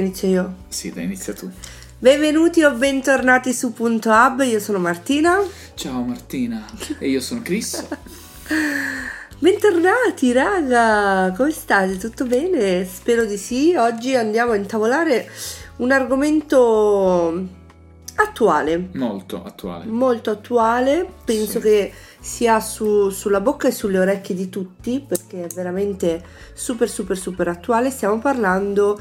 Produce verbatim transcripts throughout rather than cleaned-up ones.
Inizio io? Sì, dai, inizia tu. Benvenuti o bentornati su Punto Hub, io sono Martina. Ciao Martina, e io sono Chris. Bentornati raga, come state? Tutto bene? Spero di sì. Oggi andiamo a intavolare un argomento attuale. Molto attuale. Molto attuale, penso Sì. che sia su, sulla bocca e sulle orecchie di tutti, perché è veramente super super super attuale. Stiamo parlando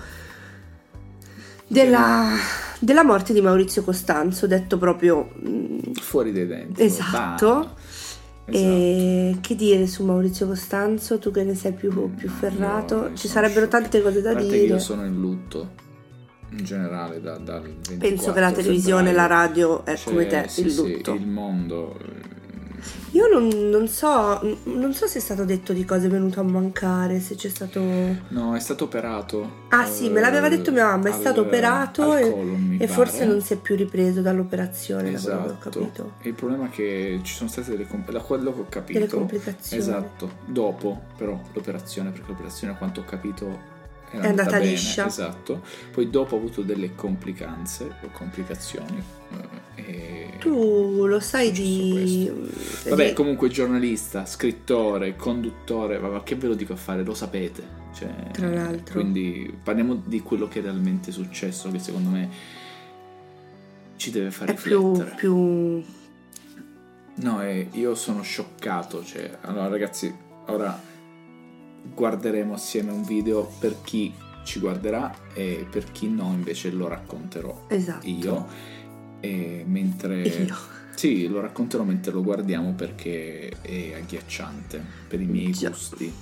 della, della morte di Maurizio Costanzo, detto proprio mm, Fuori dai denti. esatto. Bam. E che dire su Maurizio Costanzo? Tu che ne sei più, più No, ferrato? io Ci sono sarebbero scioccato. tante cose da A parte dire. che io sono in lutto in generale da, dal ventiquattro Penso che la televisione e la radio è Cioè, come te, sì, il sì, lutto. il mondo. Io non, non so, non so se è stato detto di cosa è venuto a mancare, se c'è stato... No, è stato operato. Ah sì, me l'aveva detto mia mamma, è al- stato operato al e, colon, mi e forse pare. non si è più ripreso dall'operazione, da quello che ho Esatto. capito. Il problema è che ci sono state delle comp- da quello che ho capito. Delle complicazioni. Esatto. Dopo, però, l'operazione, perché l'operazione, a quanto ho capito, era È andata bene. liscia. Esatto. Poi dopo ha avuto delle complicanze o complicazioni. eh, E... Tu lo sai è successo di... Vabbè, di- comunque giornalista, scrittore, conduttore, vabbè, che ve lo dico a fare, lo sapete. Cioè, Tra l'altro. Quindi parliamo di quello che è realmente successo, che secondo me ci deve fare È più, riflettere. più... No, eh, io sono scioccato, cioè, allora ragazzi, ora guarderemo assieme un video per chi ci guarderà e per chi no invece lo racconterò Esatto. io, e mentre... Io. Sì, lo racconterò mentre lo guardiamo perché è agghiacciante per i miei Già. gusti.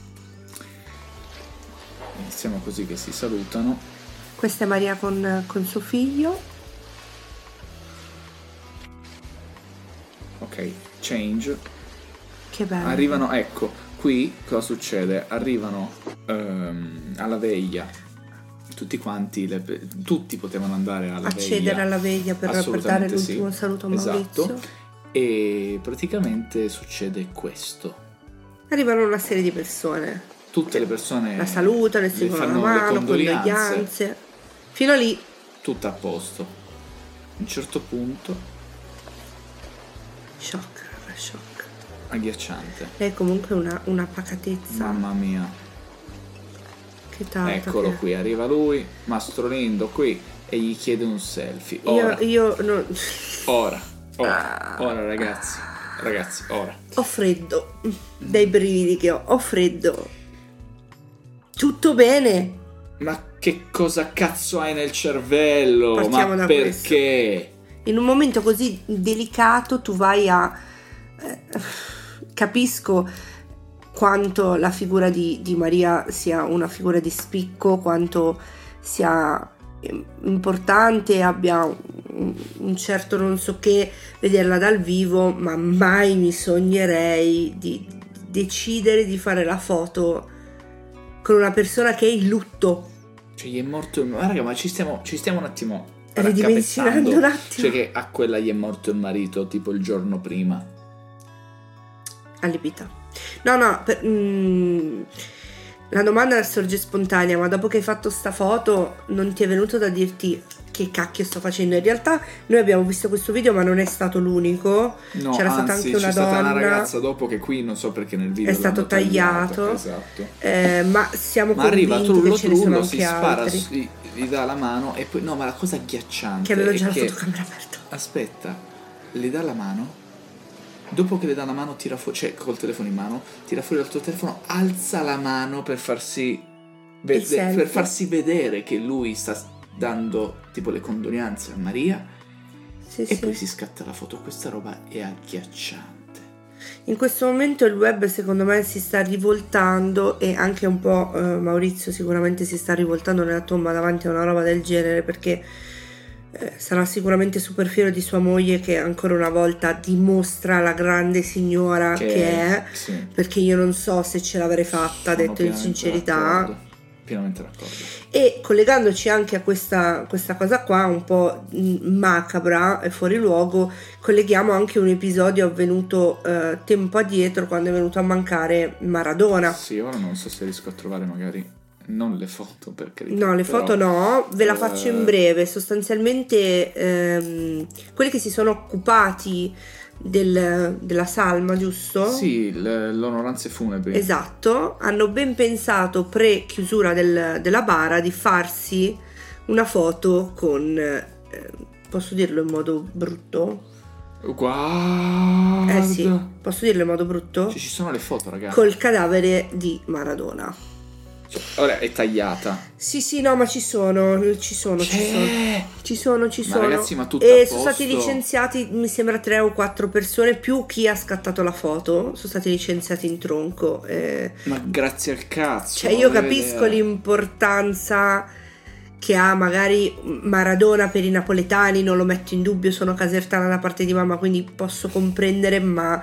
Iniziamo così che si salutano. Questa è Maria con, con suo figlio. Ok, change. Che bello. Arrivano, ecco, qui cosa succede? Arrivano ehm, alla veglia, tutti quanti, le- tutti potevano andare alla Accedere veglia. alla veglia per, per dare Assolutamente l'ultimo sì. saluto a Maurizio. Esatto. E praticamente succede questo. Arrivano una serie di persone. Tutte le persone La salutano, le le stringono la fanno le mano, condoglianze, condoglianze. Fino a lì. tutto a posto. A un certo punto, Shock, raga, shock. agghiacciante. Lei è comunque una, una pacatezza. Mamma mia. Che tanta. Eccolo che- qui, arriva lui, Mastro Lindo qui, e gli chiede un selfie. Ora, Io, io non... ora, Ah. ora, ora ragazzi, ragazzi, ora. Ho freddo. Dai brividi che ho. Ho freddo. Tutto bene. Ma che cosa cazzo hai nel cervello? Partiamo Ma da perché? In un momento così delicato tu vai a... eh, capisco quanto la figura di, di Maria sia una figura di spicco, quanto sia eh, importante, abbia un, un certo non so che vederla dal vivo, ma mai mi sognerei di decidere di fare la foto con una persona che è in lutto. Cioè gli è morto il... Ma raga, ma ci stiamo, ci stiamo un attimo Ridimensionando raccapezzando. un attimo. Cioè che a quella gli è morto il marito tipo il giorno prima. Allibita. No, no, per- mm, la domanda sorge spontanea, ma dopo che hai fatto sta foto non ti è venuto da dirti che cacchio sto facendo? In realtà noi abbiamo visto questo video, ma non è stato l'unico. No, C'era anzi, stata anche c'è una stata donna. una ragazza dopo che qui non so perché nel video È stato l'hanno tagliato. tagliato. Esatto. Eh, ma siamo Ma arriva convinti Trullo che ce ne sono Trullo, anche si spara, altri. su- gli, gli dà la mano e poi... No, ma la cosa agghiacciante Che aveva è già la che... fotocamera aperta. Aspetta, le dà la mano, dopo che le dà la mano tira fuori, cioè col telefono in mano, tira fuori il tuo telefono, alza la mano per farsi, vede- selfie. per farsi vedere che lui sta dando tipo le condoglianze a Maria, Sì, e sì. poi si scatta la foto. Questa roba è agghiacciante. In questo momento il web secondo me si sta rivoltando, e anche un po' eh, Maurizio sicuramente si sta rivoltando nella tomba davanti a una roba del genere, perché eh, sarà sicuramente super fiero di sua moglie, che ancora una volta dimostra la grande signora che, Che- è, sì. perché io non so se ce l'avrei fatta, Sono detto in pienamente sincerità. d'accordo, pienamente d'accordo. E collegandoci anche a questa, questa cosa qua un po' mh, macabra e fuori luogo, colleghiamo anche un episodio avvenuto eh, tempo addietro, quando è venuto a mancare Maradona. Sì, ora non so se riesco a trovare magari non le foto per carità. No, le però, foto no, ve la eh... faccio in breve. Sostanzialmente ehm, quelli che si sono occupati del, della salma, giusto? Sì, le, l'onoranze funebri. Esatto, hanno ben pensato pre chiusura del, della bara di farsi una foto con, eh, posso dirlo in modo brutto? Guarda. Eh sì, posso dirlo in modo brutto? Cioè, ci sono le foto, ragazzi. Col cadavere di Maradona. Cioè, ora è tagliata. Sì, sì, no, ma ci sono, ci sono, ci sono. Ci sono, ci ma sono. Ragazzi, ma tutto e a sono posto? stati licenziati, mi sembra, tre o quattro persone, più chi ha scattato la foto. Sono stati licenziati in tronco. Eh. Ma grazie al cazzo. Cioè, io capisco vedere. l'importanza che ha magari Maradona per i napoletani, non lo metto in dubbio, sono casertana da parte di mamma, quindi posso comprendere, ma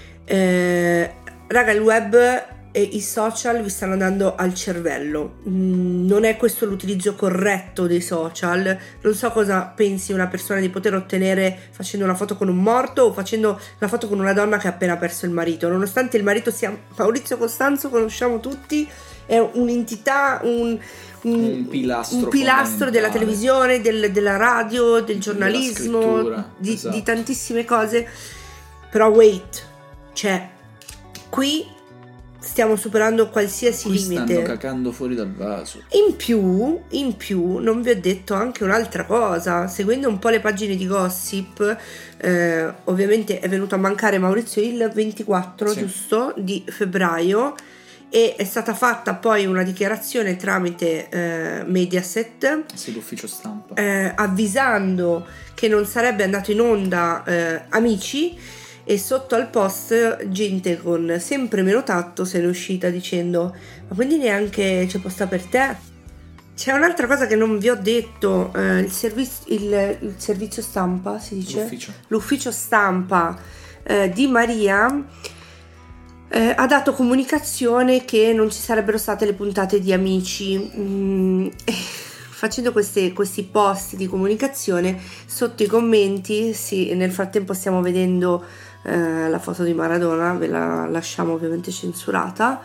eh, raga, il web e i social vi stanno andando al cervello. Mm, non è questo l'utilizzo corretto dei social. Non so cosa pensi una persona di poter ottenere facendo una foto con un morto o facendo la foto con una donna che ha appena perso il marito, nonostante il marito sia Maurizio Costanzo, conosciamo tutti, è un'entità, un Un, un pilastro, un pilastro della televisione, del, della radio, del giornalismo, di, esatto. di tantissime cose. Però wait, cioè qui stiamo superando qualsiasi qui limite. Stanno cacando fuori dal vaso. In più, in più, non vi ho detto anche un'altra cosa. Seguendo un po' le pagine di gossip, eh, ovviamente è venuto a mancare Maurizio il ventiquattro, sì. giusto, di febbraio. E è stata fatta poi una dichiarazione tramite eh, Mediaset, sì, l'ufficio stampa, eh, avvisando che non sarebbe andato in onda eh, Amici, e sotto al post gente con sempre meno tatto se ne è uscita dicendo: ma quindi neanche c'è posta per te? C'è un'altra cosa che non vi ho detto, eh, il, serviz- il, il servizio stampa, si dice? L'ufficio, L'ufficio stampa eh, di Maria Eh, ha dato comunicazione che non ci sarebbero state le puntate di Amici. Mm, eh, facendo queste, questi post di comunicazione, sotto i commenti, sì, nel frattempo stiamo vedendo eh, la foto di Maradona, ve la lasciamo ovviamente censurata,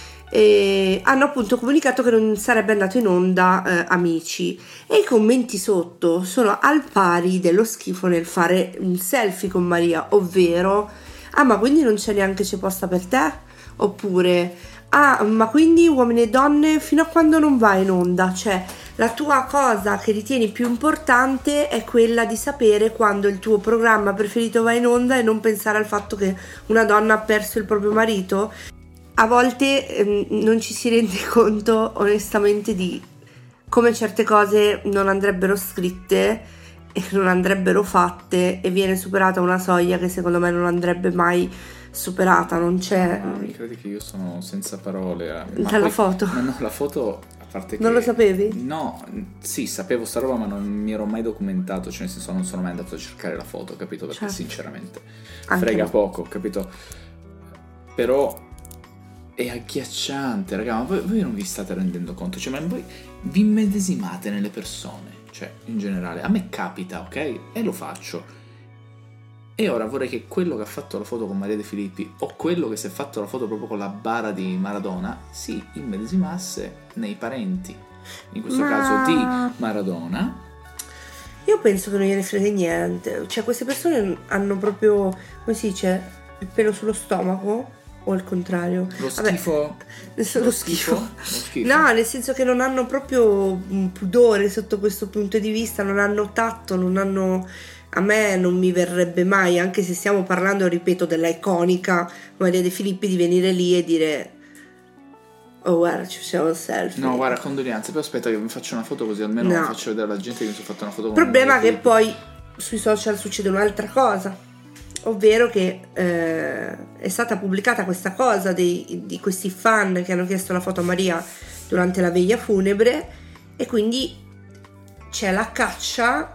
e hanno appunto comunicato che non sarebbe andato in onda eh, Amici, e i commenti sotto sono al pari dello schifo nel fare un selfie con Maria, ovvero: ah, ma quindi non c'è neanche c'è posta per te? Oppure: ah, ma quindi Uomini e Donne fino a quando non va in onda? Cioè, la tua cosa che ritieni più importante è quella di sapere quando il tuo programma preferito va in onda e non pensare al fatto che una donna ha perso il proprio marito. A volte ehm, non ci si rende conto onestamente di come certe cose non andrebbero scritte e non andrebbero fatte, e viene superata una soglia che secondo me non andrebbe mai superata. Non c'è. Ma mi credi che io sono senza parole? Ma dalla poi, foto? Ma no, la foto, a parte che non lo sapevi? No, sì, sapevo sta roba, ma non mi ero mai documentato, cioè nel senso non sono mai andato a cercare la foto, capito? Perché certo. sinceramente Anche frega me. poco, capito? Però è agghiacciante, raga, ma voi, voi non vi state rendendo conto? Cioè, ma voi vi immedesimate nelle persone? Cioè, in generale, a me capita, ok? E lo faccio. E ora vorrei che quello che ha fatto la foto con Maria De Filippi, o quello che si è fatto la foto proprio con la bara di Maradona, si immedesimasse nei parenti, in questo Ma... caso di Maradona. Io penso che non gliene frega niente. Cioè, queste persone hanno proprio, come si dice, il pelo sullo stomaco, o il contrario? Lo schifo? Vabbè, lo, lo, schifo. Lo schifo. No, nel senso che non hanno proprio un pudore sotto questo punto di vista, non hanno tatto, non hanno... A me non mi verrebbe mai, anche se stiamo parlando, ripeto, della iconica Maria De Filippi, di venire lì e dire: oh, guarda, ci facciamo un selfie. No, guarda, condoglianze, però aspetta che mi faccio una foto così almeno no. faccio vedere alla gente che mi sono fatto una foto con Il problema è che poi sui social succede un'altra cosa, ovvero che eh, è stata pubblicata questa cosa dei, di questi fan che hanno chiesto la foto a Maria durante la veglia funebre, e quindi c'è la caccia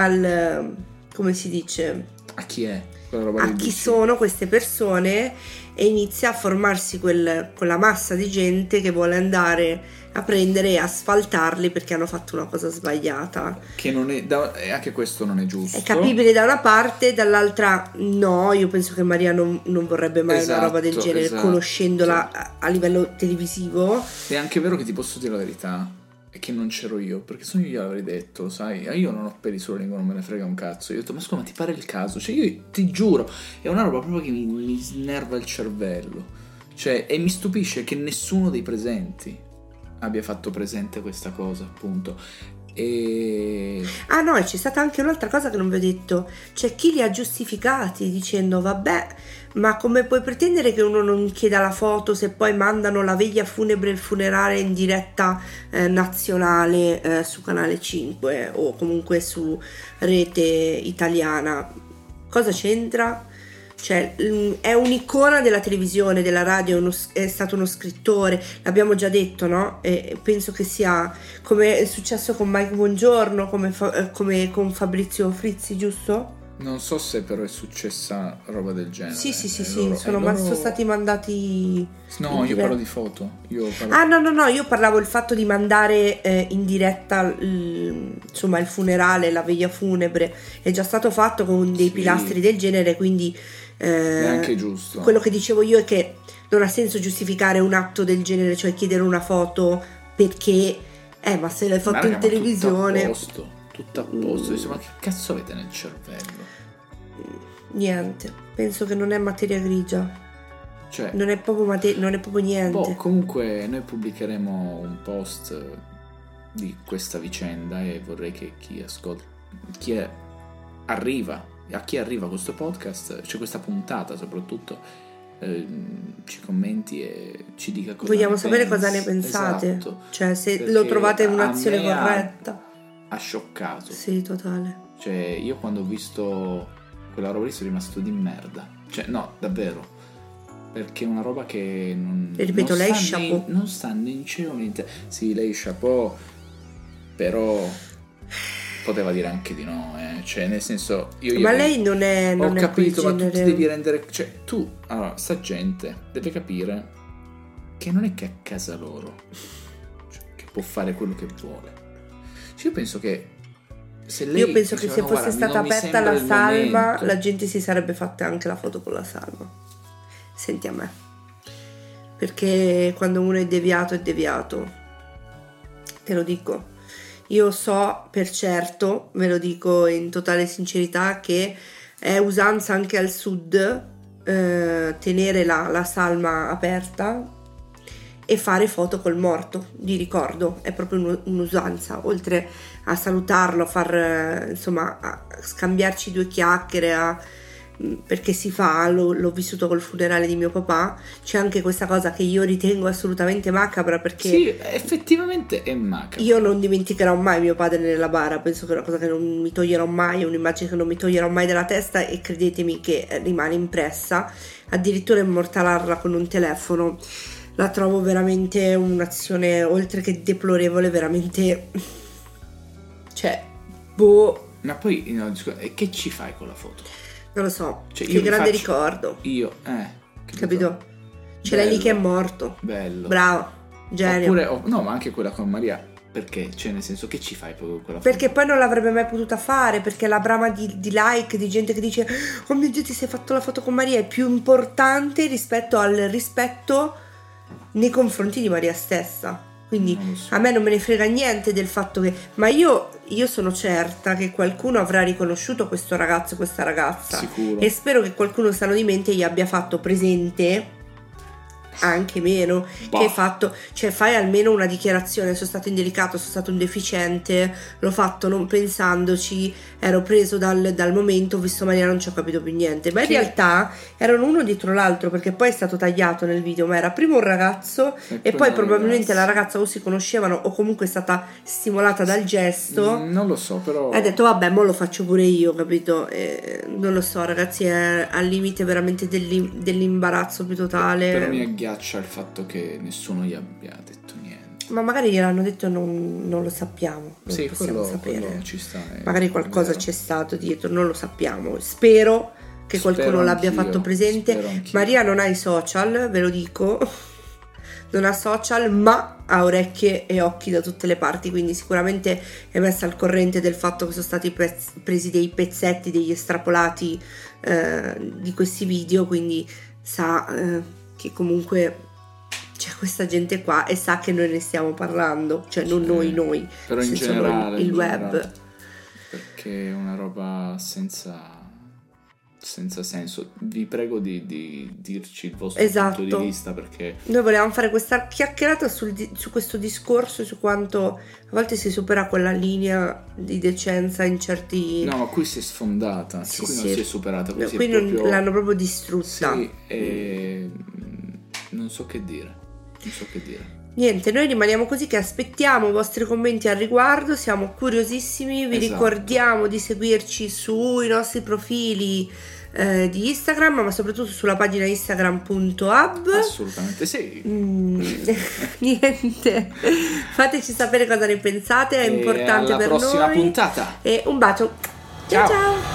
al, come si dice, a chi è a chi sono queste persone, e inizia a formarsi quel, quella massa di gente che vuole andare a prendere e asfaltarli perché hanno fatto una cosa sbagliata. Che non è, da, anche questo non è giusto. È capibile da una parte, dall'altra no, io penso che Maria non, non vorrebbe mai esatto, una roba del genere, esatto, conoscendola esatto. a, a livello televisivo. È anche vero che ti posso dire la verità, è che non c'ero io, perché se io gliel'avrei detto, sai, io non ho peli sulla lingua, non me ne frega un cazzo. Io ho detto, ma scusa, ma ti pare il caso? Cioè io ti giuro, è una roba proprio che mi, mi snerva il cervello. Cioè, e mi stupisce che nessuno dei presenti abbia fatto presente questa cosa, appunto. E ah no, e c'è stata anche un'altra cosa che non vi ho detto. C'è chi li ha giustificati dicendo vabbè, ma come puoi pretendere che uno non chieda la foto se poi mandano la veglia funebre e il funerale in diretta eh, nazionale eh, su Canale cinque o comunque su rete italiana? Cosa c'entra? Cioè, è un'icona della televisione, della radio, è, uno, è stato uno scrittore, l'abbiamo già detto, no? E penso che sia come è successo con Mike Bongiorno, come, fa, come con Fabrizio Frizzi, giusto? Non so se però è successa roba del genere. Sì, sì, sì, sì, loro, sono, loro... sono stati mandati. No, io parlo di foto. Io parlo... Ah, no, no, no, io parlavo il fatto di mandare eh, in diretta il, insomma il funerale, la veglia funebre. È già stato fatto con dei sì. pilastri del genere, quindi. Eh, è anche giusto. Quello che dicevo io è che non ha senso giustificare un atto del genere, cioè chiedere una foto perché eh ma se l'hai fatto Marca, in televisione tutto a posto, tutto a posto. Mm. Ma che cazzo avete nel cervello? Niente, penso che non è materia grigia, cioè non è proprio mate- non è proprio niente. Boh, comunque noi pubblicheremo un post di questa vicenda e vorrei che chi ascolta, chi è, arriva a chi arriva questo podcast, c'è questa puntata soprattutto, eh, ci commenti e ci dica cosa vogliamo ne sapere pensi. cosa ne pensate, esatto. Cioè se perché lo trovate un'azione corretta. Ha, ha scioccato, sì, totale. Cioè io quando ho visto quella roba lì sono rimasto di merda, cioè no, davvero, perché è una roba che non, e ripeto, non lei sta chapeau né, non sta né in cielo né in te. Sì, lei chapeau, però poteva dire anche di no, eh. Cioè nel senso io, ma io lei non è non ho è capito, ma genere... tu ti devi rendere, cioè tu, allora sta gente deve capire che non è che è a casa loro, cioè, che può fare quello che vuole. Cioè io penso che se lei io penso diceva, che se no, fosse guarda, stata aperta la salma momento. La gente si sarebbe fatta anche la foto con la salma. Senti a me, perché quando uno è deviato è deviato, te lo dico. Io so per certo, ve lo dico in totale sincerità, che è usanza anche al sud eh, tenere la, la salma aperta e fare foto col morto di ricordo. È proprio un, un'usanza, oltre a salutarlo, a far insomma a scambiarci due chiacchiere, a perché si fa, l'ho, l'ho vissuto col funerale di mio papà, c'è anche questa cosa che io ritengo assolutamente macabra, perché sì, effettivamente è macabra. Io non dimenticherò mai mio padre nella bara, penso che è una cosa che non mi toglierò mai, è un'immagine che non mi toglierò mai dalla testa e credetemi che rimane impressa. Addirittura immortalarla con un telefono la trovo veramente un'azione oltre che deplorevole, veramente, cioè boh. Ma poi no, e che ci fai con la foto? Non lo so, cioè, che grande faccio, ricordo. Io, eh, capito? capito? Ce l'hai lì che è morto. Bello. Bravo, genio. Oppure, oh, no, ma anche quella con Maria, perché? Cioè, nel senso, che ci fai proprio con quella foto? Perché poi non l'avrebbe mai potuta fare, perché la brama di, di like, di gente che dice oh mio Dio, ti sei fatto la foto con Maria, è più importante rispetto al rispetto nei confronti di Maria stessa. Quindi so. A me non me ne frega niente del fatto che, ma io, io sono certa che qualcuno avrà riconosciuto questo ragazzo, questa ragazza. Sicuro. E spero che qualcuno sano di mente gli abbia fatto presente, anche meno, bah. che hai fatto, cioè fai almeno una dichiarazione: sono stato indelicato, sono stato un deficiente, l'ho fatto non pensandoci, ero preso dal, dal momento, ho visto Maria, non ci ho capito più niente. Ma in che... realtà erano uno dietro l'altro, perché poi è stato tagliato nel video, ma era prima un ragazzo e, e poi probabilmente ragazza. la ragazza o si conoscevano o comunque è stata stimolata dal gesto. Mm, non lo so, però ha detto vabbè, mo lo faccio pure io, capito? E, non lo so, ragazzi, è al limite veramente dell'im- dell'imbarazzo più totale. Però mi agghiaccia il fatto che nessuno gli abbia detto niente. Ma magari gliel'hanno detto e non, non lo sappiamo. Non sì, possiamo quello, sapere. quello ci sta. Magari qualcosa c'è stato dietro, non lo sappiamo. Spero che qualcuno Spero l'abbia anch'io, fatto presente. spero anch'io. Maria non ha i social, ve lo dico, non ha social, ma ha orecchie e occhi da tutte le parti, quindi sicuramente è messa al corrente del fatto che sono stati pez- presi dei pezzetti, degli estrapolati eh, di questi video, quindi sa eh, che comunque c'è questa gente qua e sa che noi ne stiamo parlando, cioè non Sì, noi noi, però in senso generale, il in web. generale, perché è una roba senza senza senso. Vi prego di, di dirci il vostro Esatto. punto di vista, perché Noi volevamo fare questa chiacchierata sul di- su questo discorso, su quanto a volte si supera quella linea di decenza in certi... no, ma qui si è sfondata, cioè Sì, qui sì. non si è superata, qui No, si qui è non- proprio... l'hanno proprio distrutta. Sì, e non so che dire, non so che dire. Niente, noi rimaniamo così, che aspettiamo i vostri commenti al riguardo, siamo curiosissimi, vi Esatto. ricordiamo di seguirci sui nostri profili eh, di Instagram, ma soprattutto sulla pagina instagram punto hub. Assolutamente sì. Mm, niente, fateci sapere cosa ne pensate, è E importante alla per prossima noi. puntata. E un bacio. Ciao Ciao. ciao.